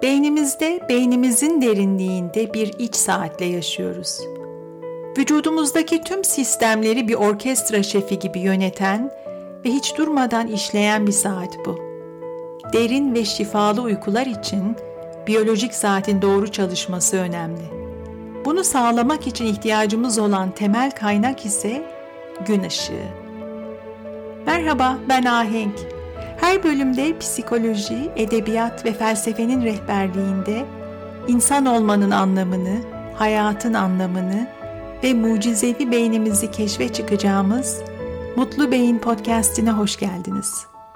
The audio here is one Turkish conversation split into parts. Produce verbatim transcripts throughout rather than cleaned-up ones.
Beynimizde, beynimizin derinliğinde bir iç saatle yaşıyoruz. Vücudumuzdaki tüm sistemleri bir orkestra şefi gibi yöneten ve hiç durmadan işleyen bir saat bu. Derin ve şifalı uykular için biyolojik saatin doğru çalışması önemli. Bunu sağlamak için ihtiyacımız olan temel kaynak ise gün ışığı. Merhaba, ben Ahenk. Her bölümde psikoloji, edebiyat ve felsefenin rehberliğinde insan olmanın anlamını, hayatın anlamını ve mucizevi beynimizi keşfe çıkacağımız Mutlu Beyin Podcast'ine hoş geldiniz.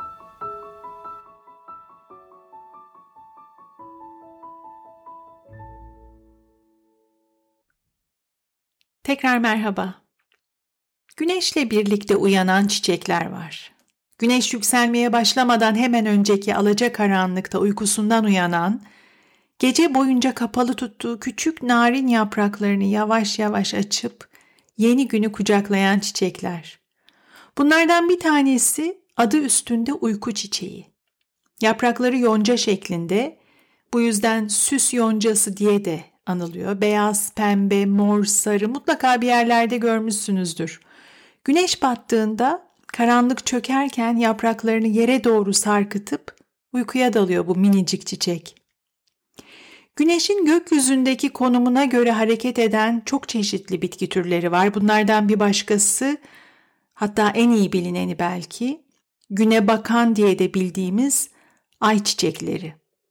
Tekrar merhaba. Güneşle birlikte uyanan çiçekler var. Güneş yükselmeye başlamadan hemen önceki alacakaranlıkta uykusundan uyanan, gece boyunca kapalı tuttuğu küçük narin yapraklarını yavaş yavaş açıp yeni günü kucaklayan çiçekler. Bunlardan bir tanesi adı üstünde uyku çiçeği. Yaprakları yonca şeklinde, bu yüzden süs yoncası diye de anılıyor. Beyaz, pembe, mor, sarı mutlaka bir yerlerde görmüşsünüzdür. Güneş battığında karanlık çökerken yapraklarını yere doğru sarkıtıp uykuya dalıyor bu minicik çiçek. Güneşin gökyüzündeki konumuna göre hareket eden çok çeşitli bitki türleri var. Bunlardan bir başkası, hatta en iyi bilineni belki, güne bakan diye de bildiğimiz ay çiçekleri.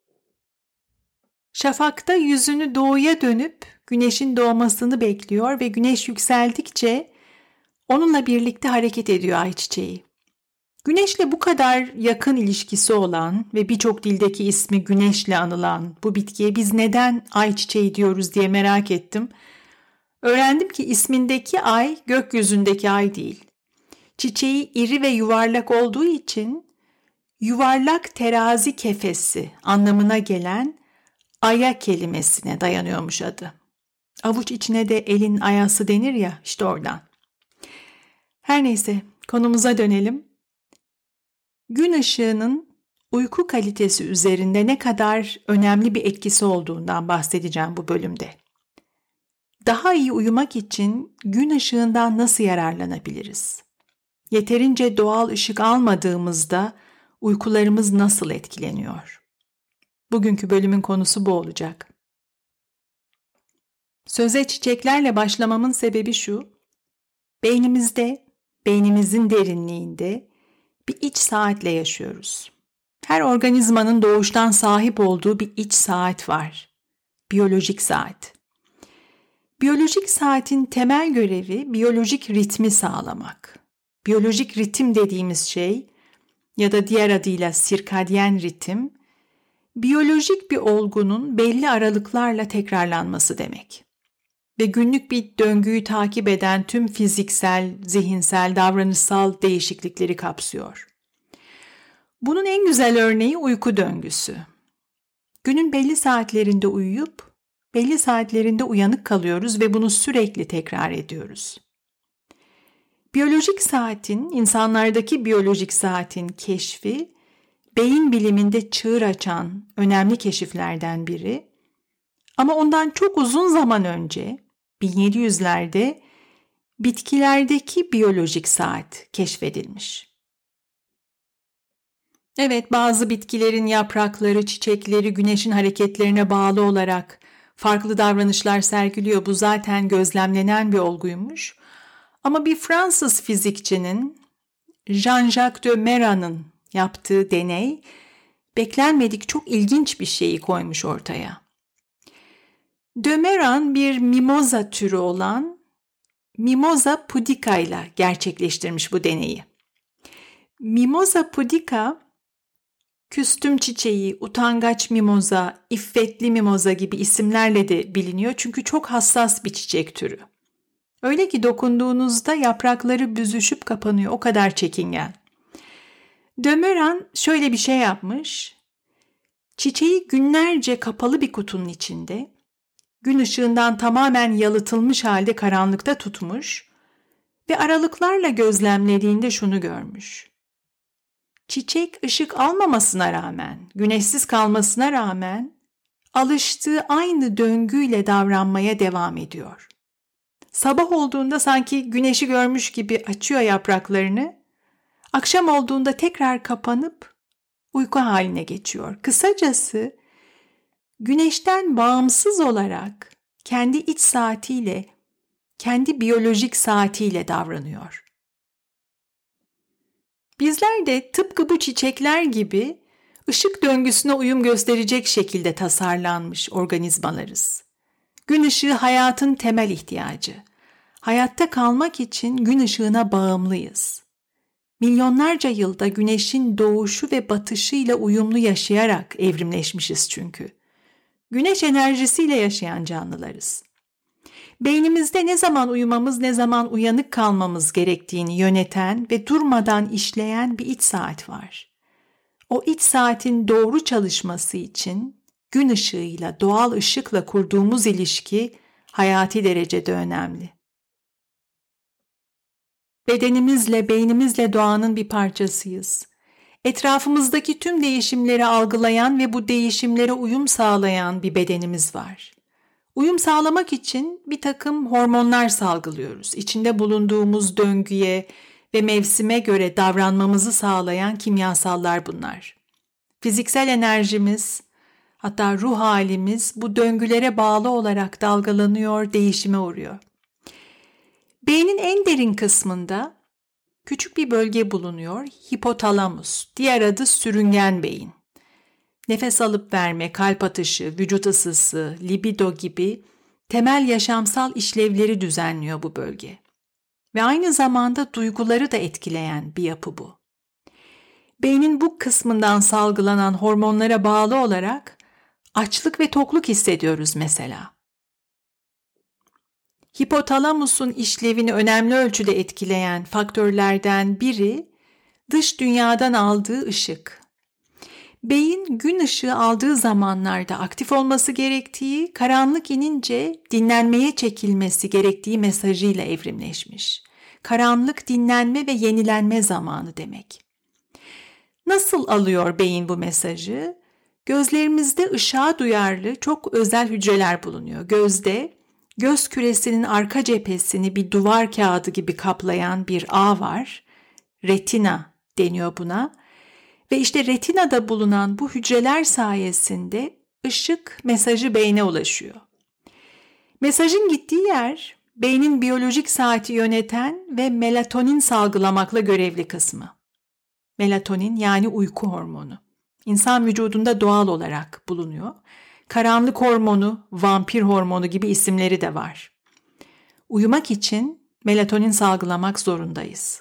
Şafakta yüzünü doğuya dönüp güneşin doğmasını bekliyor ve güneş yükseldikçe onunla birlikte hareket ediyor ayçiçeği. Güneşle bu kadar yakın ilişkisi olan ve birçok dildeki ismi güneşle anılan bu bitkiye biz neden ayçiçeği diyoruz diye merak ettim. Öğrendim ki ismindeki ay gökyüzündeki ay değil. Çiçeği iri ve yuvarlak olduğu için yuvarlak terazi kefesi anlamına gelen aya kelimesine dayanıyormuş adı. Avuç içine de elin ayası denir ya, işte oradan. Her neyse, konumuza dönelim. Gün ışığının uyku kalitesi üzerinde ne kadar önemli bir etkisi olduğundan bahsedeceğim bu bölümde. Daha iyi uyumak için gün ışığından nasıl yararlanabiliriz? Yeterince doğal ışık almadığımızda uykularımız nasıl etkileniyor? Bugünkü bölümün konusu bu olacak. Söze çiçeklerle başlamamın sebebi şu: beynimizde, beynimizin derinliğinde bir iç saatle yaşıyoruz. Her organizmanın doğuştan sahip olduğu bir iç saat var. Biyolojik saat. Biyolojik saatin temel görevi biyolojik ritmi sağlamak. Biyolojik ritim dediğimiz şey ya da diğer adıyla sirkadyen ritim, biyolojik bir olgunun belli aralıklarla tekrarlanması demek. Ve günlük bir döngüyü takip eden tüm fiziksel, zihinsel, davranışsal değişiklikleri kapsıyor. Bunun en güzel örneği uyku döngüsü. Günün belli saatlerinde uyuyup, belli saatlerinde uyanık kalıyoruz ve bunu sürekli tekrar ediyoruz. Biyolojik saatin, insanlardaki biyolojik saatin keşfi, beyin biliminde çığır açan önemli keşiflerden biri. Ama ondan çok uzun zaman önce, bin yedi yüzlerde bitkilerdeki biyolojik saat keşfedilmiş. Evet, bazı bitkilerin yaprakları, çiçekleri güneşin hareketlerine bağlı olarak farklı davranışlar sergiliyor. Bu zaten gözlemlenen bir olguymuş. Ama bir Fransız fizikçinin, Jean-Jacques de Meran'ın yaptığı deney beklenmedik çok ilginç bir şeyi koymuş ortaya. De Meran bir mimoza türü olan Mimosa pudica ile gerçekleştirmiş bu deneyi. Mimosa pudica, küstüm çiçeği, utangaç mimoza, iffetli mimoza gibi isimlerle de biliniyor çünkü çok hassas bir çiçek türü. Öyle ki dokunduğunuzda yaprakları büzüşüp kapanıyor, o kadar çekingen. De Meran şöyle bir şey yapmış. Çiçeği günlerce kapalı bir kutunun içinde, gün ışığından tamamen yalıtılmış halde karanlıkta tutmuş ve aralıklarla gözlemlediğinde şunu görmüş. Çiçek ışık almamasına rağmen, güneşsiz kalmasına rağmen alıştığı aynı döngüyle davranmaya devam ediyor. Sabah olduğunda sanki güneşi görmüş gibi açıyor yapraklarını, akşam olduğunda tekrar kapanıp uyku haline geçiyor. Kısacası güneşten bağımsız olarak kendi iç saatiyle, kendi biyolojik saatiyle davranıyor. Bizler de tıpkı bu çiçekler gibi ışık döngüsüne uyum gösterecek şekilde tasarlanmış organizmalarız. Gün ışığı hayatın temel ihtiyacı. Hayatta kalmak için gün ışığına bağımlıyız. Milyonlarca yılda güneşin doğuşu ve batışıyla uyumlu yaşayarak evrimleşmişiz çünkü. Güneş enerjisiyle yaşayan canlılarız. Beynimizde ne zaman uyumamız, ne zaman uyanık kalmamız gerektiğini yöneten ve durmadan işleyen bir iç saat var. O iç saatin doğru çalışması için gün ışığıyla, doğal ışıkla kurduğumuz ilişki hayati derecede önemli. Bedenimizle, beynimizle doğanın bir parçasıyız. Etrafımızdaki tüm değişimleri algılayan ve bu değişimlere uyum sağlayan bir bedenimiz var. Uyum sağlamak için bir takım hormonlar salgılıyoruz. İçinde bulunduğumuz döngüye ve mevsime göre davranmamızı sağlayan kimyasallar bunlar. Fiziksel enerjimiz, hatta ruh halimiz bu döngülere bağlı olarak dalgalanıyor, değişime uğruyor. Beynin en derin kısmında küçük bir bölge bulunuyor, hipotalamus, diğer adı sürüngen beyin. Nefes alıp verme, kalp atışı, vücut ısısı, libido gibi temel yaşamsal işlevleri düzenliyor bu bölge. Ve aynı zamanda duyguları da etkileyen bir yapı bu. Beynin bu kısmından salgılanan hormonlara bağlı olarak açlık ve tokluk hissediyoruz mesela. Hipotalamusun işlevini önemli ölçüde etkileyen faktörlerden biri dış dünyadan aldığı ışık. Beyin gün ışığı aldığı zamanlarda aktif olması gerektiği, karanlık inince dinlenmeye çekilmesi gerektiği mesajıyla evrimleşmiş. Karanlık dinlenme ve yenilenme zamanı demek. Nasıl alıyor beyin bu mesajı? Gözlerimizde ışığa duyarlı çok özel hücreler bulunuyor. Gözde, göz küresinin arka cephesini bir duvar kağıdı gibi kaplayan bir ağ var. Retina deniyor buna. Ve işte retinada bulunan bu hücreler sayesinde ışık mesajı beyne ulaşıyor. Mesajın gittiği yer beynin biyolojik saati yöneten ve melatonin salgılamakla görevli kısmı. Melatonin yani uyku hormonu. İnsan vücudunda doğal olarak bulunuyor. Karanlık hormonu, vampir hormonu gibi isimleri de var. Uyumak için melatonin salgılamak zorundayız.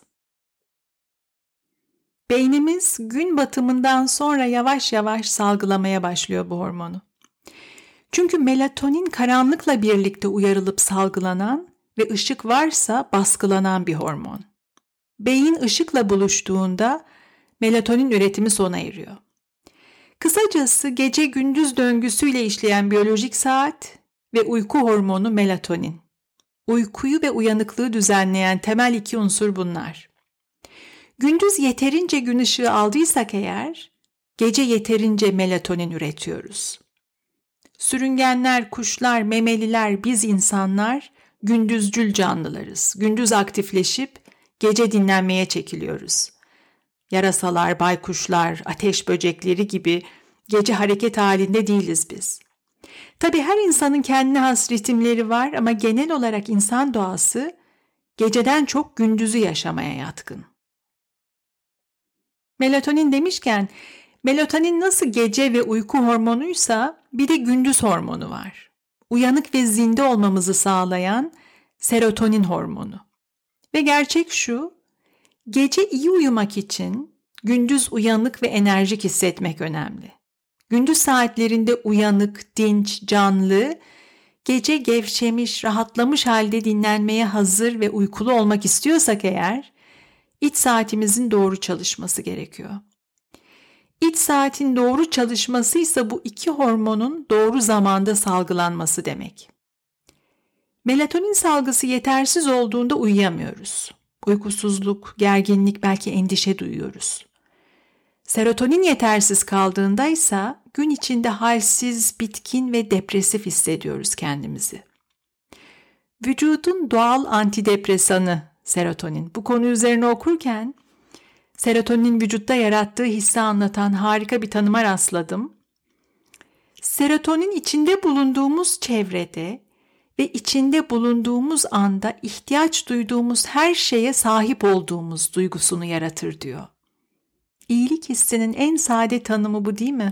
Beynimiz gün batımından sonra yavaş yavaş salgılamaya başlıyor bu hormonu. Çünkü melatonin karanlıkla birlikte uyarılıp salgılanan ve ışık varsa baskılanan bir hormon. Beyin ışıkla buluştuğunda melatonin üretimi sona eriyor. Kısacası gece gündüz döngüsüyle işleyen biyolojik saat ve uyku hormonu melatonin. Uykuyu ve uyanıklığı düzenleyen temel iki unsur bunlar. Gündüz yeterince gün ışığı aldıysak eğer, gece yeterince melatonin üretiyoruz. Sürüngenler, kuşlar, memeliler, biz insanlar gündüzcül canlılarız. Gündüz aktifleşip gece dinlenmeye çekiliyoruz. Yarasalar, baykuşlar, ateş böcekleri gibi gece hareket halinde değiliz biz. Tabii her insanın kendine has ritimleri var ama genel olarak insan doğası geceden çok gündüzü yaşamaya yatkın. Melatonin demişken, melatonin nasıl gece ve uyku hormonuysa bir de gündüz hormonu var. Uyanık ve zinde olmamızı sağlayan serotonin hormonu. Ve gerçek şu, gece iyi uyumak için gündüz uyanık ve enerjik hissetmek önemli. Gündüz saatlerinde uyanık, dinç, canlı, gece gevşemiş, rahatlamış halde dinlenmeye hazır ve uykulu olmak istiyorsak eğer, İç saatimizin doğru çalışması gerekiyor. İç saatin doğru çalışması ise bu iki hormonun doğru zamanda salgılanması demek. Melatonin salgısı yetersiz olduğunda uyuyamıyoruz. Uykusuzluk, gerginlik, belki endişe duyuyoruz. Serotonin yetersiz kaldığında ise gün içinde halsiz, bitkin ve depresif hissediyoruz kendimizi. Vücudun doğal antidepresanı serotonin. Bu konu üzerine okurken serotoninin vücutta yarattığı hissi anlatan harika bir tanıma rastladım. Serotonin içinde bulunduğumuz çevrede ve içinde bulunduğumuz anda ihtiyaç duyduğumuz her şeye sahip olduğumuz duygusunu yaratır diyor. İyilik hissinin en sade tanımı bu değil mi?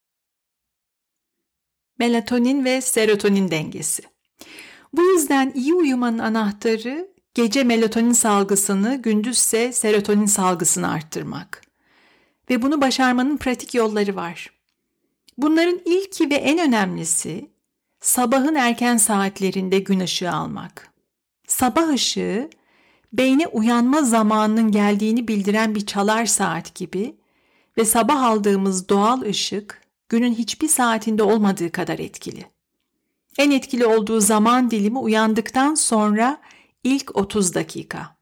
Melatonin ve serotonin dengesi. Bu yüzden iyi uyumanın anahtarı gece melatonin salgısını, gündüzse serotonin salgısını arttırmak. Ve bunu başarmanın pratik yolları var. Bunların ilki ve en önemlisi sabahın erken saatlerinde gün ışığı almak. Sabah ışığı beyne uyanma zamanının geldiğini bildiren bir çalar saat gibi ve sabah aldığımız doğal ışık günün hiçbir saatinde olmadığı kadar etkili. En etkili olduğu zaman dilimi uyandıktan sonra ilk otuz dakika.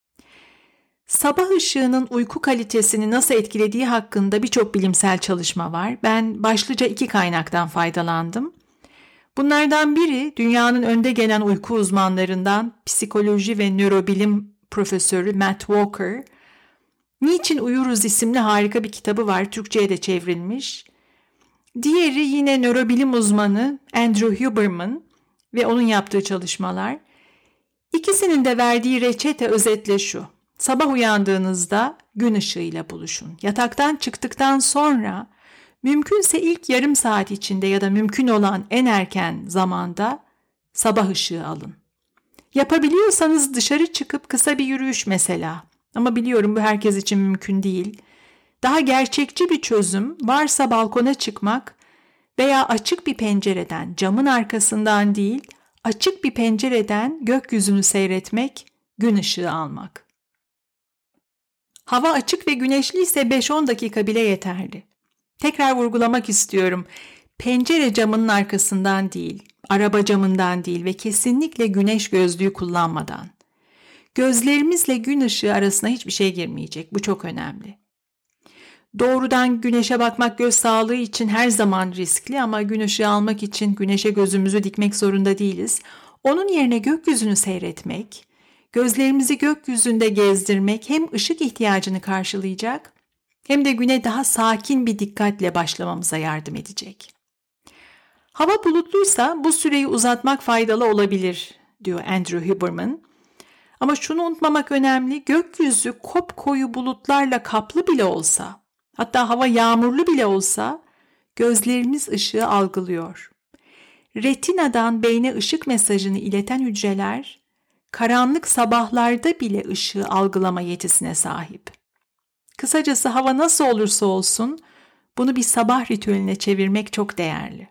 Sabah ışığının uyku kalitesini nasıl etkilediği hakkında birçok bilimsel çalışma var. Ben başlıca iki kaynaktan faydalandım. Bunlardan biri dünyanın önde gelen uyku uzmanlarından psikoloji ve nörobilim profesörü Matt Walker. Niçin Uyuruz isimli harika bir kitabı var, Türkçe'ye de çevrilmiş. Diğeri yine nörobilim uzmanı Andrew Huberman ve onun yaptığı çalışmalar. İkisinin de verdiği reçete özetle şu: sabah uyandığınızda gün ışığıyla buluşun. Yataktan çıktıktan sonra mümkünse ilk yarım saat içinde ya da mümkün olan en erken zamanda sabah ışığı alın. Yapabiliyorsanız dışarı çıkıp kısa bir yürüyüş mesela. Ama biliyorum bu herkes için mümkün değil. Daha gerçekçi bir çözüm varsa balkona çıkmak veya açık bir pencereden, camın arkasından değil, açık bir pencereden gökyüzünü seyretmek, gün ışığı almak. Hava açık ve güneşli ise beş on dakika bile yeterli. Tekrar vurgulamak istiyorum. Pencere camının arkasından değil, araba camından değil ve kesinlikle güneş gözlüğü kullanmadan. Gözlerimizle gün ışığı arasına hiçbir şey girmeyecek. Bu çok önemli. Doğrudan güneşe bakmak göz sağlığı için her zaman riskli ama gün ışığı almak için güneşe gözümüzü dikmek zorunda değiliz. Onun yerine gökyüzünü seyretmek, gözlerimizi gökyüzünde gezdirmek hem ışık ihtiyacını karşılayacak hem de güne daha sakin bir dikkatle başlamamıza yardım edecek. Hava bulutluysa bu süreyi uzatmak faydalı olabilir, diyor Andrew Huberman. Ama şunu unutmamak önemli, gökyüzü kopkoyu bulutlarla kaplı bile olsa, hatta hava yağmurlu bile olsa gözlerimiz ışığı algılıyor. Retinadan beyne ışık mesajını ileten hücreler, karanlık sabahlarda bile ışığı algılama yetisine sahip. Kısacası hava nasıl olursa olsun bunu bir sabah ritüeline çevirmek çok değerli.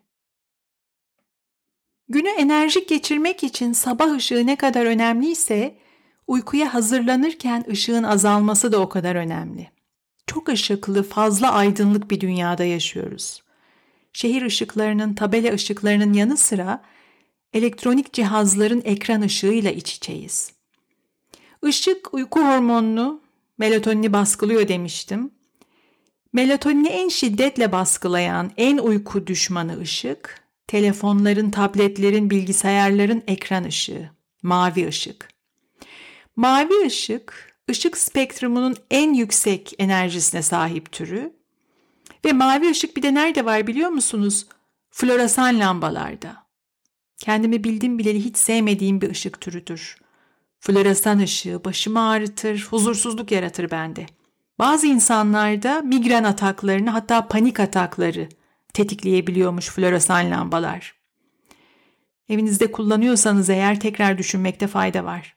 Günü enerjik geçirmek için sabah ışığı ne kadar önemliyse uykuya hazırlanırken ışığın azalması da o kadar önemli. Çok ışıklı, fazla aydınlık bir dünyada yaşıyoruz. Şehir ışıklarının, tabela ışıklarının yanı sıra elektronik cihazların ekran ışığıyla iç içeyiz. Işık uyku hormonunu, melatonini baskılıyor demiştim. Melatonini en şiddetle baskılayan en uyku düşmanı ışık, telefonların, tabletlerin, bilgisayarların ekran ışığı, mavi ışık. Mavi ışık, ışık spektrumunun en yüksek enerjisine sahip türü ve mavi ışık bir de nerede var biliyor musunuz? Floresan lambalarda. Kendimi bildim bileli hiç sevmediğim bir ışık türüdür. Floresan ışığı başımı ağrıtır, huzursuzluk yaratır bende. Bazı insanlarda migren ataklarını, hatta panik atakları tetikleyebiliyormuş floresan lambalar. Evinizde kullanıyorsanız eğer tekrar düşünmekte fayda var.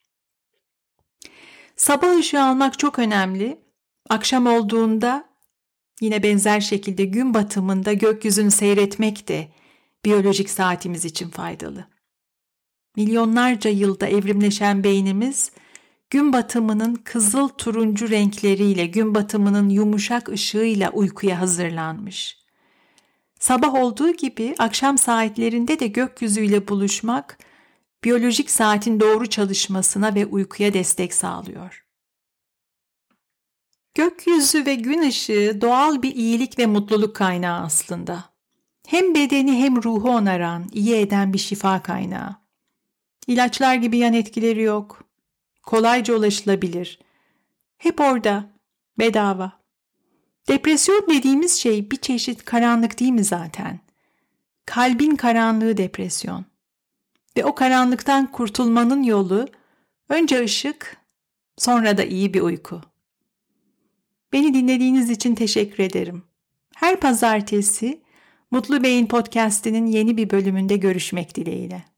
Sabah ışığı almak çok önemli. Akşam olduğunda yine benzer şekilde gün batımında gökyüzünü seyretmek de biyolojik saatimiz için faydalı. Milyonlarca yılda evrimleşen beynimiz gün batımının kızıl turuncu renkleriyle, gün batımının yumuşak ışığıyla uykuya hazırlanmış. Sabah olduğu gibi akşam saatlerinde de gökyüzüyle buluşmak biyolojik saatin doğru çalışmasına ve uykuya destek sağlıyor. Gökyüzü ve gün ışığı doğal bir iyilik ve mutluluk kaynağı aslında. Hem bedeni hem ruhu onaran, iyi eden bir şifa kaynağı. İlaçlar gibi yan etkileri yok. Kolayca ulaşılabilir. Hep orada, bedava. Depresyon dediğimiz şey bir çeşit karanlık değil mi zaten? Kalbin karanlığı depresyon. Ve o karanlıktan kurtulmanın yolu önce ışık, sonra da iyi bir uyku. Beni dinlediğiniz için teşekkür ederim. Her pazartesi Mutlu Beyin Podcast'inin yeni bir bölümünde görüşmek dileğiyle.